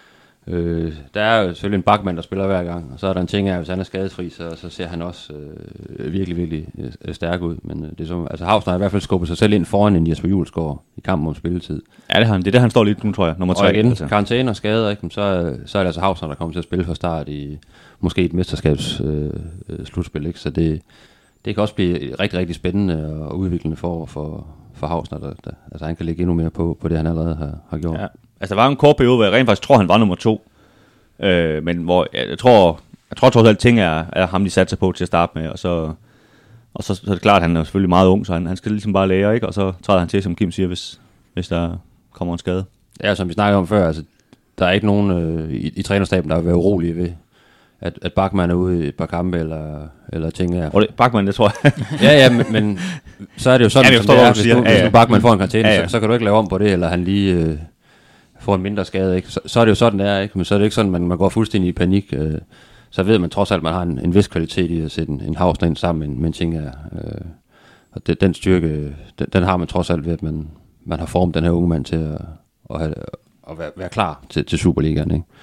Der er jo selvfølgelig en bakmand, der spiller hver gang, og så er der en ting af, at hvis han er skadesfri, så ser han også virkelig, virkelig stærk ud. Men det er så, altså Hausner har i hvert fald skubbet sig selv ind foran en Jesper Hjulsgaard i kampen om spilletid. Ja, det er der, han står lige nu, tror jeg, nummer 3. Og igen, altså karantæne og skader, ikke? Så er det altså Hausner, der kommer til at spille fra start i måske et mesterskabs slutspil, ikke? Så det kan også blive rigtig, rigtig spændende og udviklende for Hausner, altså han kan lægge endnu mere på det, han allerede har gjort. Ja. Altså der var en kort periode, hvor jeg rent faktisk tror, han var nummer 2. Men hvor jeg tror trods alt ting er ham, de satte sig på til at starte med. Og så er det klart, at han er selvfølgelig meget ung, så han skal ligesom bare lære, ikke? Og så træder han til, som Kim siger, hvis der kommer en skade. Ja, som vi snakkede om før, altså der er ikke nogen i trænerstaben, der vil være urolige ved, at Bachmann er ude i et par kampe, eller ting her. Bachmann, det tror jeg. ja, men så er det jo sådan, som det er, hvis Bachmann får en karantæne, så kan du ikke lave om på det, eller han lige får en mindre skade, ikke? Så er det jo sådan, det er, ikke? Men så er det ikke sådan, man går fuldstændig i panik. Så ved man trods alt, at man har en vis kvalitet i at sætte en Hausner ind sammen med en ting her. Og den styrke, den har man trods alt ved, at man har formet den her unge mand til at være klar til Superligaen, ikke?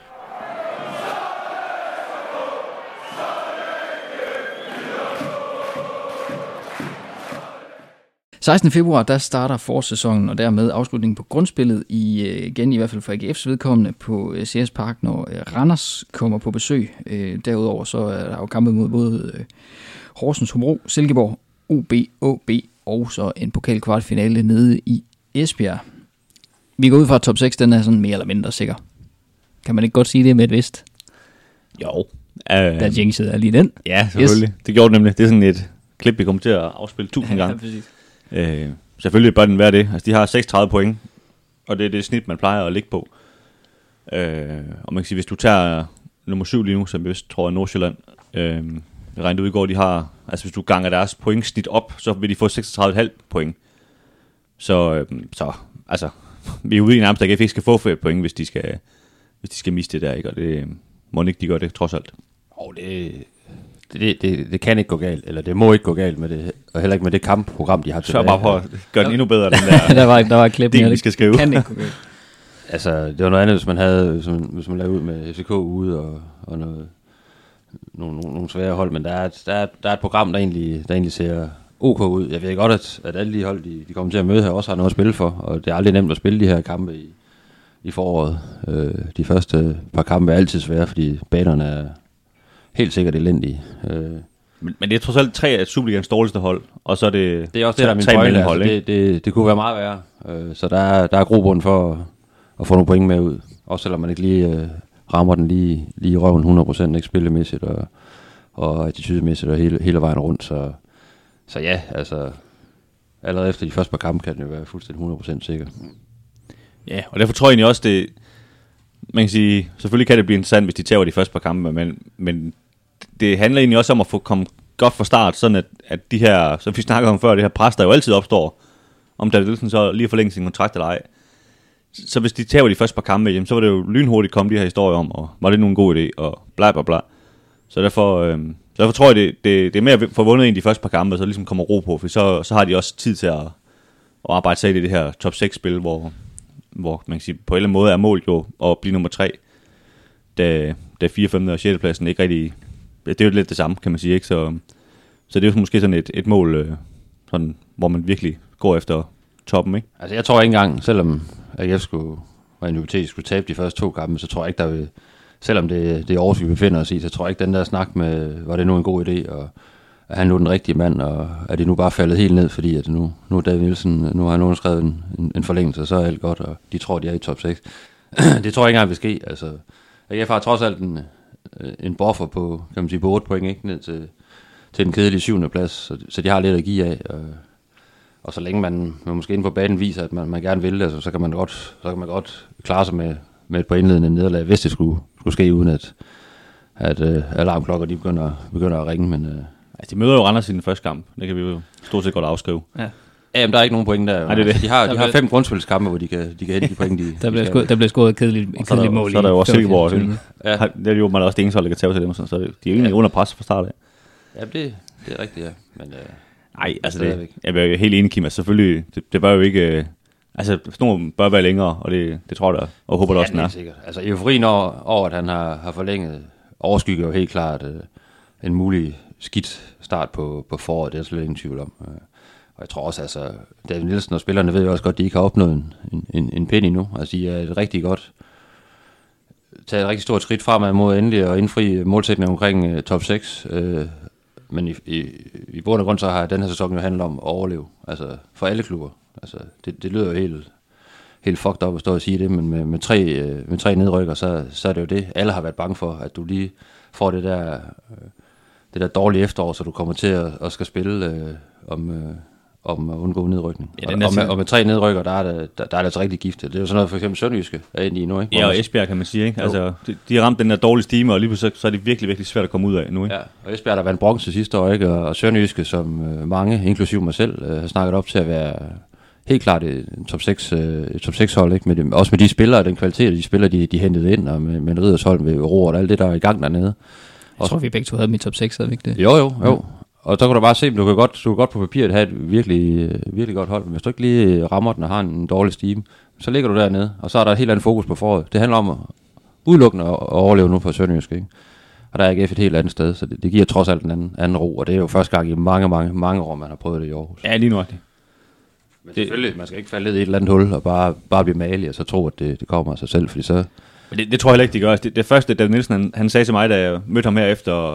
16. februar, der starter forårssæsonen, og dermed afslutningen på grundspillet igen i hvert fald for AGF's vedkommende på CS Park, når Randers kommer på besøg. Derudover så er der jo kampe mod både Horsens, Hobro, Silkeborg, OB, AB og så en pokalkvartfinale nede i Esbjerg. Vi går ud fra, at top 6, den er sådan mere eller mindre sikker. Kan man ikke godt sige det med et vist? Jo. Der jinxede er lige den. Ja, selvfølgelig. Yes. Det gjorde det nemlig. Det er sådan et klip, vi kommer til at afspille 1000 gange. Ja, præcis. Selvfølgelig bør den være det. Altså, de har 36 point, og det er det snit, man plejer at ligge på. Og man kan sige, hvis du tager nummer 7 lige nu, som jeg vist tror er Nordsjælland, jeg regnede ud i går, de har, altså hvis du ganger deres pointsnit op, så vil de få 36,5 point. Så altså, vi er ude i nærmest, at AGF ikke skal få flere point, hvis de skal miste det der, ikke? Og det må ikke de gør det, trods alt. Det kan ikke gå galt, eller det må ikke gå galt med det, og heller ikke med det kampprogram, de har tilbage. Så bare for at gøre den endnu bedre, den der. der var et klip mere, vi skal skrive. Kan ikke gå galt. Altså, det var noget andet, hvis man lavede ud med FCK ude, og nogle svære hold, men der er et program, der egentlig ser ok ud. Jeg ved godt, at alle de hold, de kommer til at møde her, også har noget at spille for, og det er aldrig nemt at spille de her kampe i foråret. De første par kampe er altid svære, fordi banerne er helt sikkert elendige. Men det er trods alt 3 af Superligans dårligste hold, og så er det... Det er også det, der er min pointe. Altså, det kunne være meget værre. Så der er grobund for at få nogle point med ud. Også selvom man ikke lige rammer den lige i røven 100%, ikke spillemæssigt og attitudemæssigt og hele vejen rundt. Så ja, altså... Allerede efter de første par kampe kan den jo være fuldstændig 100% sikker. Ja, og derfor tror jeg egentlig også, det... Man kan sige, selvfølgelig kan det blive interessant, hvis de tager de første par kampe, men det handler egentlig også om at få komme godt fra start, sådan at de her, som vi snakkede om før, det her pres, der jo altid opstår, om David Nielsen så lige forlænger sin kontrakt eller ej. Så hvis de tager de første par kampe, jamen, så var det jo lynhurtigt komme de her historier om, og var det nu en god idé, og bla bla bla. Så derfor tror jeg, det er mere at få vundet de første par kampe, så ligesom kommer ro på, for så har de også tid til at arbejde sig i det her top 6-spil, hvor man kan sige, på en eller anden måde er målet jo at blive nummer 3, da 4., 5. og 6. pladsen ikke rigtig... Det er jo lidt det samme, kan man sige, ikke? Så det er jo måske sådan et mål, sådan, hvor man virkelig går efter toppen, ikke? Altså jeg tror ikke engang, selvom AGF skulle tabe de første 2 kampe, så tror jeg ikke, der vil... Selvom det er års, vi befinder os i, så tror jeg ikke, den der snak med, var det nu en god idé, og er han nu den rigtige mand, og er det nu bare faldet helt ned, fordi at nu er David Nielsen, nu har nogen skrevet en forlængelse, og så er alt godt, og de tror, de er i top 6. Det tror jeg ikke engang vil ske. Altså, AGF har trods alt en buffer på, kan man sige, på 8 point, ikke? Ned til den kedelige 7. plads, så de har lidt at give af. Og så længe man måske inden for banen viser, at man gerne vil, altså, så kan man godt klare sig med et par indledende nederlag, hvis det skulle ske, uden at alarmklokker de begynder at ringe. Men, altså, de møder jo Randers i den første kamp. Det kan vi jo stort set godt afskrive. Ja. Jamen, der er ikke nogen point der. Nej, det er det. Altså, de har 5 grundspilskampe, hvor de kan hente de point, der bliver scoret et kedeligt mål. Så er der jo også Silkeborg. Ja. Det er jo man også det eneste hold, der kan tage til dem. Så de er jo egentlig under pres fra start af. Ja, det er rigtigt, ja. Men, nej, altså jeg er jo helt enig, Kim. Altså, selvfølgelig, det bør jo ikke... Altså, sådan bør være længere, og det tror jeg, og håber det også, den er. Sikkert. Altså, euforien over, at han har forlænget, overskygger jo helt klart en mulig skidt start på foråret. Det er slet ingen tvivl om. Og jeg tror også, altså, David Nielsen og spillerne ved jo også godt, at de ikke har opnået en pind endnu. Altså, de er taget et rigtig stort skridt fremad mod endelig at indfri målsætningen omkring top 6. Men i bund og grund så har den her sæson jo handlet om at overleve. Altså, for alle klubber. Altså, det lyder jo helt fucked up at stå og sige det, men med tre nedrykker, så er det jo det. Alle har været bange for, at du lige får det der dårlige efterår, så du kommer til at skal spille om at undgå nedrykning. Ja, og med 3 nedrykker, der er det altså rigtig giftigt. Det er jo sådan noget, for eksempel Sønderjyske er inde i nu, ikke? Ja, og Esbjerg kan man sige, ikke? Altså, de har ramt den der dårlige stime, og lige pludselig så er det virkelig, virkelig svært at komme ud af nu, ikke? Ja, og Esbjerg der vandt bronze sidste år, ikke? Og Sønderjyske, som mange, inklusive mig selv, har snakket op til at være helt klart et top 6 hold, ikke? Også med de spillere, den kvalitet, de spillere, de hentede ind, og med Riddersholm ved Roer og alt det, der er i gang dernede. Jeg tror, vi begge to havde dem i top 6, havde vi ikke det? Jo. Og så kan du bare se, at du kan godt på papiret have et virkelig godt hold, men hvis du ikke lige rammer den og har en dårlig stime, så ligger du dernede, og så er der et helt andet fokus på foråret. Det handler om at udelukkende at overleve nu på Sønderjysk, ikke? Og der er AGF et helt andet sted, så det giver trods alt en anden ro, og det er jo første gang i mange år, man har prøvet det i Aarhus. Ja, lige nu det. Men selvfølgelig, man skal ikke falde ned i et eller andet hul og bare blive malig, og så tro, at det kommer af sig selv, fordi så... Men det tror jeg ikke, de gør. Det første, David Nielsen, han sagde til mig, da jeg mødte ham her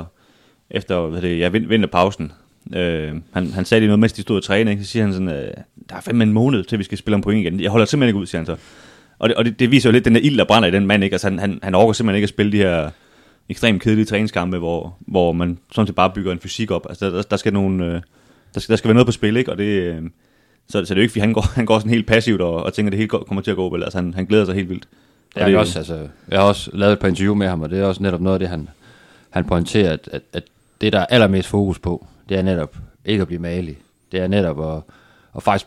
efter vinterpausen. Han sagde det noget, mens de stod og træne, ikke? Så siger han sådan, der er fandme en måned til, vi skal spille om point igen. Jeg holder simpelthen ikke ud, siger han så. Og det viser jo lidt den der ild, der brænder i den mand, ikke? Altså han overgår simpelthen ikke at spille de her ekstremt kedelige træningskampe, hvor man sådan set bare bygger en fysik op. Altså der skal være noget på spil, ikke? Og det... Så det er jo ikke, fordi han går sådan helt passivt og tænker, at det hele kommer til at gå vel. Altså han glæder sig helt vildt. Jeg har også lavet et par interview med ham, og det er også netop noget af det, han pointerer, at det, der er allermest fokus på, det er netop ikke at blive malig. Det er netop at faktisk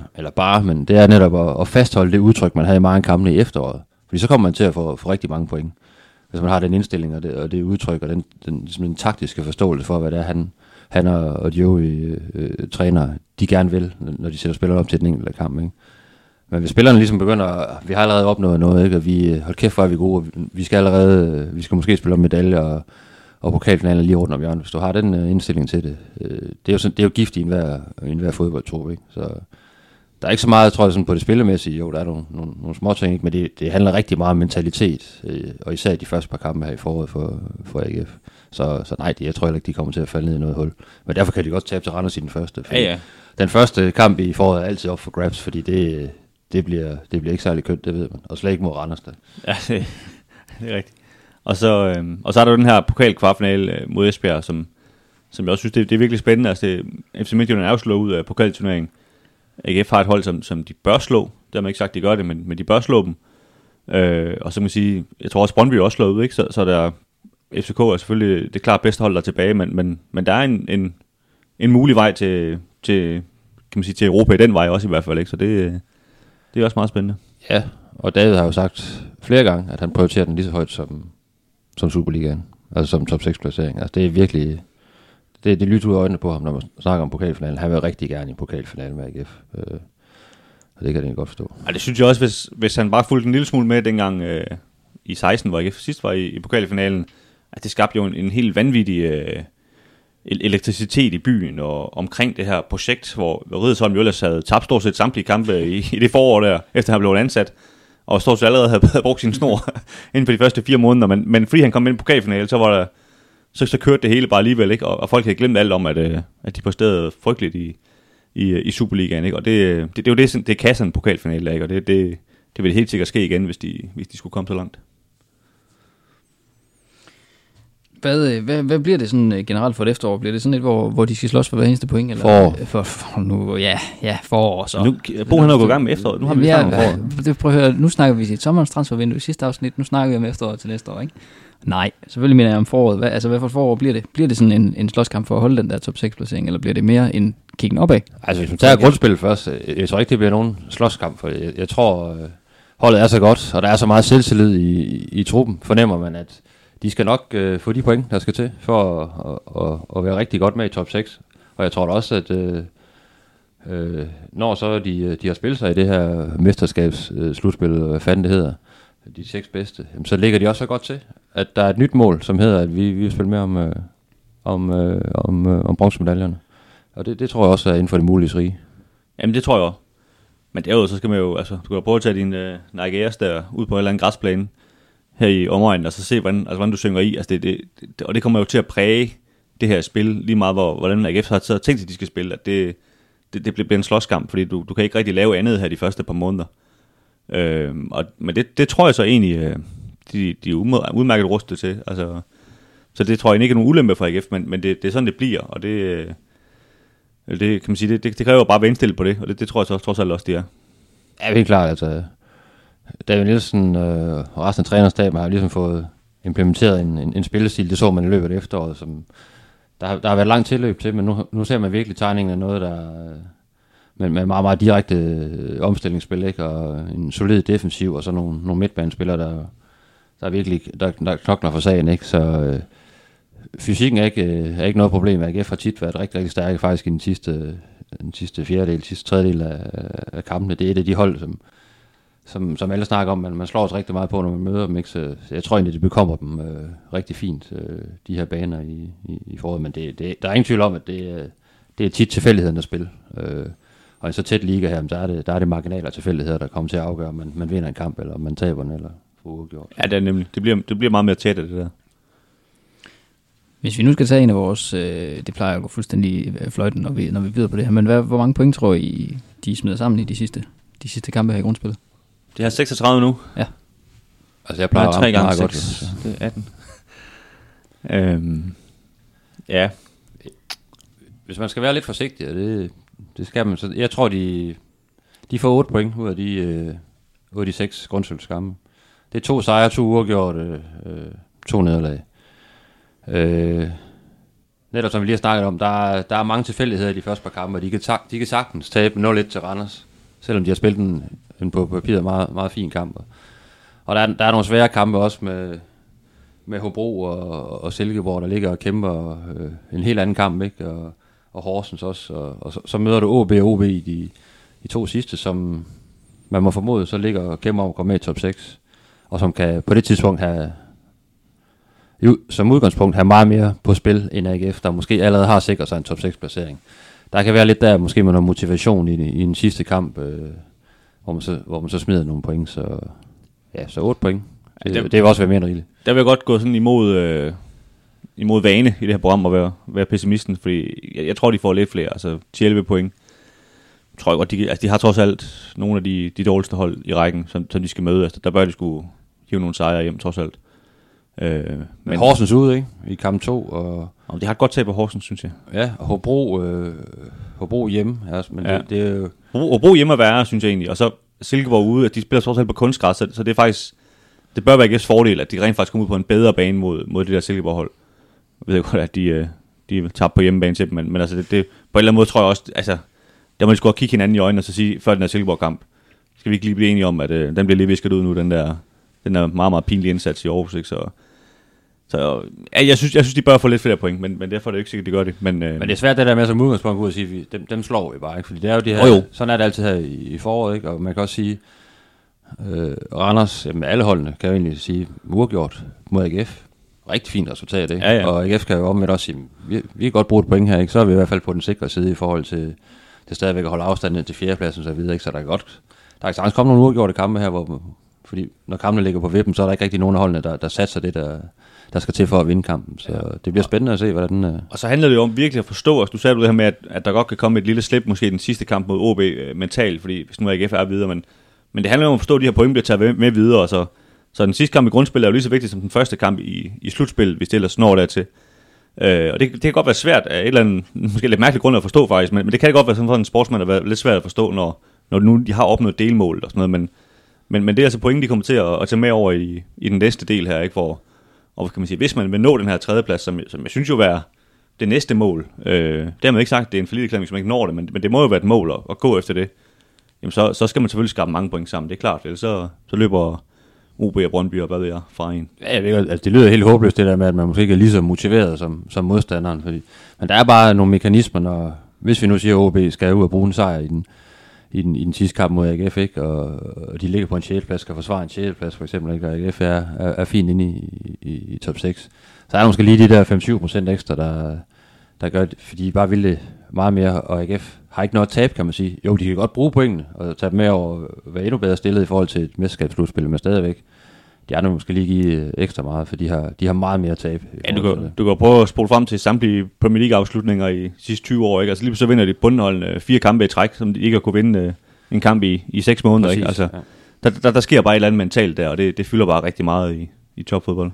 men det er netop at fastholde det udtryk, man havde i mange kampe i efteråret. Fordi så kommer man til at få rigtig mange point. Hvis man har den indstilling og det udtryk og den taktiske forståelse for, hvad det er, han og de øvrige trænere, de gerne vil, når de sætter spillerne op til den enkelte kamp, ikke? Men hvis spillerne ligesom begynder, vi har allerede opnået noget, ikke? Og vi hold kæft, hvor er vi gode, vi skal måske spille om medalje og pokalfinalen lige rundt om hjørnet. Hvis du har den indstilling til det, det er jo gift i enhver fodboldtrup, ikke? Så der er ikke så meget, tror jeg, sådan på det spillemæssige. Jo, der er nogle små ting, ikke? Men det handler rigtig meget om mentalitet, og især de første par kampe her i foråret for AGF. Så nej, jeg tror ikke, de kommer til at falde ned i noget hul. Men derfor kan de godt tabe til Randers i den første. Ja. Den første kamp i foråret er altid op for grabs, fordi det bliver ikke særlig kønt, det ved man. Og slet ikke mod Randers da. Ja, det er rigtigt. Og så er der jo den her pokalkvartfinale mod Esbjerg, som jeg også synes, det er virkelig spændende. Altså, FC Midtjylland er jo slået ud af pokalturneringen. AGF har et hold, som de bør slå. Det har man ikke sagt, de gør det, men de bør slå dem. Og så kan man sige, jeg tror også, Brøndby er også slået ud, ikke? Så der FCK er selvfølgelig det klart bedste hold, der er tilbage, men der er en mulig vej til, kan man sige, til Europa i den vej også i hvert fald, ikke? Så det er også meget spændende. Ja, og David har jo sagt flere gange, at han prioriterer den lige så højt som Superligaen, altså som top 6 placering. Altså det er virkelig, det lytter ud af øjnene på ham, når man snakker om pokalfinalen. Han vil rigtig gerne i pokalfinalen med AGF, og det kan jeg godt forstå. Og det synes jeg også, hvis han bare fulgte en lille smule med dengang i 16, hvor AGF sidst var i pokalfinalen, at det skabte jo en helt vanvittig elektricitet i byen og omkring det her projekt, hvor Riddersholm jo ellers havde tabt stort set samtlige kampe i det forår der, efter han blev ansat, og stort set allerede havde brugt sin snor inden for de første 4 måneder, men fordi han kom ind i pokalfinalen, så var der så kørte det hele bare alligevel, ikke? Og folk havde glemt alt om, at de præsterede frygteligt i Superligaen, ikke? Og det er jo det kan sådan en pokalfinale, ikke? Og det vil helt sikkert ske igen, hvis de skulle komme så langt. Hvad bliver det sådan generelt for et efterår? Bliver det sådan et, hvor de skal slås for hver eneste point? Eller? For nu, ja, forår så. Nu, Bo han har gået i gang med efteråret. Nu har vi prøv at høre, nu snakker vi sit sommerens transfervindue i sidste afsnit. Nu snakker vi om efteråret til næste år, ikke? Nej, selvfølgelig mener jeg om foråret. Hvad for et forår bliver det? Bliver det sådan en slåskamp for at holde den der top 6 placering, eller bliver det mere en kiggen opad? Altså hvis man tager grundspillet først, jeg tror ikke, det bliver nogen slåskamp, for jeg tror, holdet er så godt, og der er så meget selvtillid i truppen, fornemmer man, at de skal nok få de point, der skal til, for at være rigtig godt med i top 6. Og jeg tror da også, at når så de har spillet sig i det her mesterskabsslutspil, hvad fanden det hedder, de 6 bedste, så ligger de også så godt til, at der er et nyt mål, som hedder, at vi vil spille mere om bronzemedaljerne. Og det tror jeg også er inden for det mulige rige. Jamen det tror jeg også. Men derudover så skal man jo, altså du kan prøve at tage din Nike Airs der ud på en eller anden græsplæne her i omegnen, og så se, hvordan du synger i. Altså og det kommer jo til at præge det her spil, lige meget hvordan AGF har tænkt sig, at de skal spille, at det bliver en slåskamp, fordi du kan ikke rigtig lave andet her de første par måneder. Men det tror jeg så egentlig, de er udmærket rustet til. Altså, så det tror jeg ikke er nogen ulempe for AGF, men det er sådan, det bliver, og det kan man sige, det kræver bare at være indstillet på det, og det tror jeg så trods alt også, det er. Ja, helt klart, altså David Nielsen og resten af trænerstaben har ligesom fået implementeret en spillestil, det så man i løbet af efteråret, som der har været langt tilløb til, men nu ser man virkelig tegningen af noget, der med meget, meget direkte omstillingsspil, ikke? Og en solid defensiv, og så nogle midtbanespillere, der virkelig der knokler for sagen, ikke? Så fysikken er ikke noget problem. AGF har tit været rigtig, rigtig stærke faktisk i den sidste fjerdedel, sidste tredjedel af kampene. Det er et af de hold, som alle snakker om, men man slår os rigtig meget på, når man møder dem. Ikke? Så jeg tror egentlig, det bekommer dem rigtig fint, de her baner i foråret. Men der er ingen tvivl om, at det er tit tilfældigheden at spille. Og i så tæt liga her, der er det marginaler tilfældigheder, der kommer til at afgøre, om man vinder en kamp, eller om man taber den, eller får uafgjort. Ja, det er nemlig. Det bliver meget mere tæt af det der. Hvis vi nu skal tage en af vores, det plejer at gå fuldstændig fløjten, når vi videre på det her, men hvor mange point tror I, de smider sammen i de sidste kampe her i grundspillet? Det har 36 nu. Ja. Altså jeg plejer at ramme meget godt. Det er 18. Ja. Hvis man skal være lidt forsigtig, det skal man, så jeg tror, de får 8 point ud af de 6 grundspilskampe. Det er 2 sejre, 2 uafgjorte, 2 nederlag. Netop som vi lige har snakket om, der er mange tilfældigheder i de første par kampe, og de kan sagtens tabe 0-1 til Randers, selvom de har spillet en på papiret meget, meget fin kamp. Og der er nogle svære kampe også med Hobro og Silkeborg, der ligger og kæmper en helt anden kamp, ikke? Og Horsens også, og så møder du OB og OB i de 2 sidste, som man må formode, så ligger og kæmper om at komme med i top 6, og som kan på det tidspunkt som udgangspunkt have meget mere på spil end AGF, der måske allerede har sikret sig en top 6 placering. Der kan være lidt der, måske med noget motivation i en sidste kamp, hvor man så smider nogle point, så 8 point. Det vil også være mere end rigeligt. Der vil jeg godt gå sådan imod vane i det her program og være pessimisten, fordi jeg tror, de får lidt flere, altså 11 point. Jeg tror godt, de har trods alt nogle af de dårligste hold i rækken, som de skal møde. Altså, der bør de skulle hive nogle sejre hjem, trods alt. Men Horsens ude, ikke? I kamp 2. Og de har et godt tab på Horsens, synes jeg. Ja, og Hobro hjemme. Altså, men det er jo... Hobro hjemme er værre, synes jeg egentlig. Og så Silkeborg ude, at de spiller trods alt på kunstgræs, så det er faktisk... Det bør være AGF's fordel, at de rent faktisk kommer ud på en bedre bane mod det der Silkeborg-hold. Jeg ved godt, at de tabte på hjemmebane til dem, men altså det, på en eller anden måde tror jeg også... Altså, der må de sgu kigge hinanden i øjnene og så sige, før den her Silkeborg-kamp, skal vi ikke lige blive enige om, at den bliver lige visket ud nu, den der meget, meget pinlige indsats i Aarhus, ikke? Så jeg synes, de bør få lidt flere point, men derfor er det ikke sikkert, de gør det. Men det er svært det der med som udgangspunkt ud at sige, dem slår vi bare, ikke? Fordi det er jo det her, sådan er det altid her i foråret, ikke? Og man kan også sige, Randers, med alle holdene, kan jo egentlig sige, uafgjort mod AGF. Rigtig fint resultat, ikke? Ja. Og AGF kan jo omvendt også sige, vi kan godt bruge et point her, ikke? Så er vi i hvert fald på den sikre side i forhold til stadigvæk at holde afstanden til 4. pladsen og så videre, ikke? Så der kan sagtens komme nogle uafgjorte kampe her, fordi når kampene ligger på vippen, så er der ikke rigtig nogen af holdene, der satser det, der skal til for at vinde kampen. Så det bliver spændende at se, hvordan... Og så handler det jo om virkelig at forstå, du sagde det her med, at der godt kan komme et lille slip, måske i den sidste kamp mod OB mentalt, fordi hvis nu AGF er videre, men det handler jo om at forstå, at de her point bliver taget med videre, og så den sidste kamp i grundspil er jo lige så vigtig som den første kamp i slutspil, hvis det ellers når dertil. Og det kan godt være svært af et eller andet, måske lidt mærkeligt grund at forstå faktisk, men det kan godt være sådan for en sportsmand at være lidt svært at forstå, når nu de har opnået delmål og sådan noget, men det er altså point, de kommer til at tage med over i den næste del her, ikke? Og kan man sige, hvis man vil nå den her 3. plads, som jeg synes jo være det næste mål, dermed ikke sagt, at det er en forlitterklæring, hvis man ikke når det, men det må jo være et mål at gå efter det, jamen så skal man selvfølgelig skabe mange point sammen, det er klart, ellers så løber OB og Brøndby og hvad ved jeg fra en. Ja, jeg ved, altså det lyder helt håbløst det der med, at man måske ikke er lige så motiveret som modstanderen, men der er bare nogle mekanismer, når, hvis vi nu siger, at OB skal ud og bruge en sejr i den sidste kamp mod AGF, ikke? Og de ligger på en 6. plads, skal forsvare en 6. plads for eksempel, ikke? Og AGF er fint inde i top 6. Så er der måske lige de der 5-7% ekstra, der gør det, fordi de bare vil det meget mere, og AGF har ikke noget tab, kan man sige. Jo, de kan godt bruge pointene og tage dem med over, være endnu bedre stillet i forhold til et mesterskabsslutspil, men stadigvæk. De andre måske lige give ekstra meget, for de har meget mere tab. Ja, du kan prøve at spole frem til samtlige Premier League afslutninger i sidste 20 år, ikke? Altså lige så vinder de bundholdene 4 kampe i træk, som de ikke har kunne vinde en kamp i 6 måneder, præcis, ikke? Altså, ja. Der sker bare et eller andet mentalt der, og det fylder bare rigtig meget i topfodbold.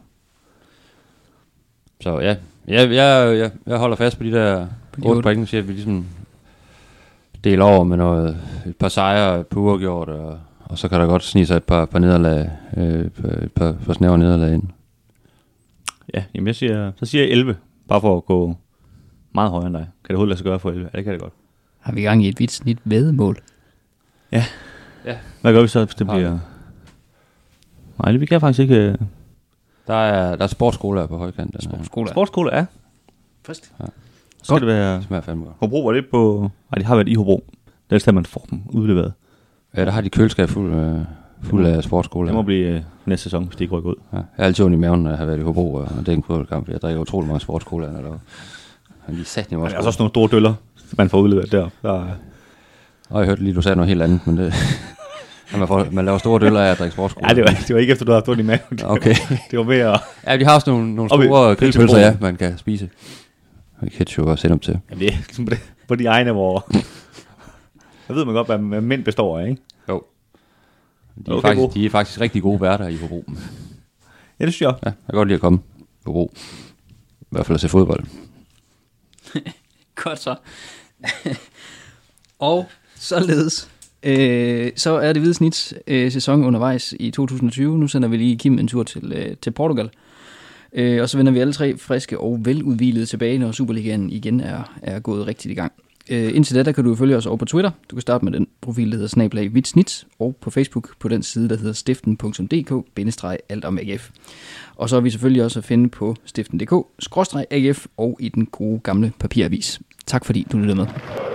Så ja, jeg holder fast på de der 8 point, så vi ligesom deler over med et par sejre, et par uafgjort, og så kan der godt snige sig et par nederlag, et par snævre nederlag ind. Ja, jamen så siger jeg 11, bare for at gå meget højere end dig. Kan det overhovedet lade sig gøre for 11? Ja, det kan det godt. Har vi gang i et vidt snit væddemål? Ja. Hvad gør vi så, hvis det bliver... Nej, vi kan faktisk ikke... Der er sportsskoler på højkant. Sportsskole, ja. Frisk. Ja. Så skal det være... Smager fandme godt. Hobro var det på... Nej, de har været i Hobro. Det er der man får dem udleveret. Ja, der har de køleskab fuld af sportsskoler. Det må blive næste sæson, hvis de ikke rykker ud. Ja, jeg har altid ondt i maven, når jeg har været i Hobro, og det er en fodboldkamp. Jeg drikker utrolig mange sportsskoler. Der er sat i vores. Der er også nogle store døller, man får udleveret der. Og jeg hørte lige, du sagde noget helt andet, men det... man laver store døller af at drikke sportsskoler. Ja, det var ikke efter, du havde ondt i maven. Okay. Det var mere... Ja, de har også nogle store grillpølser, ja, man kan spise. Og ketchup og senap til. Jamen, det er ligesom på de egne, hvor... Der ved man godt, hvad mænd består af, ikke? Jo. De er faktisk rigtig gode værter i Hobro. Ja, det synes jeg. Ja, jeg kan godt lide at komme i Hobro. I hvert fald at se fodbold. Godt så. Og således, så er det Hvide Snits sæson undervejs i 2020. Nu sender vi lige Kim en tur til Portugal. Og så vender vi alle tre friske og veludhvilede tilbage, når Superligaen igen er gået rigtigt i gang. Indtil da, der kan du følge os over på Twitter. Du kan starte med den profil, der hedder @hvidsnit, og på Facebook på den side, der hedder stiften.dk-altomagf. Og så er vi selvfølgelig også at finde på stiften.dk/agf og i den gode gamle papiravis. Tak fordi du lyttede med.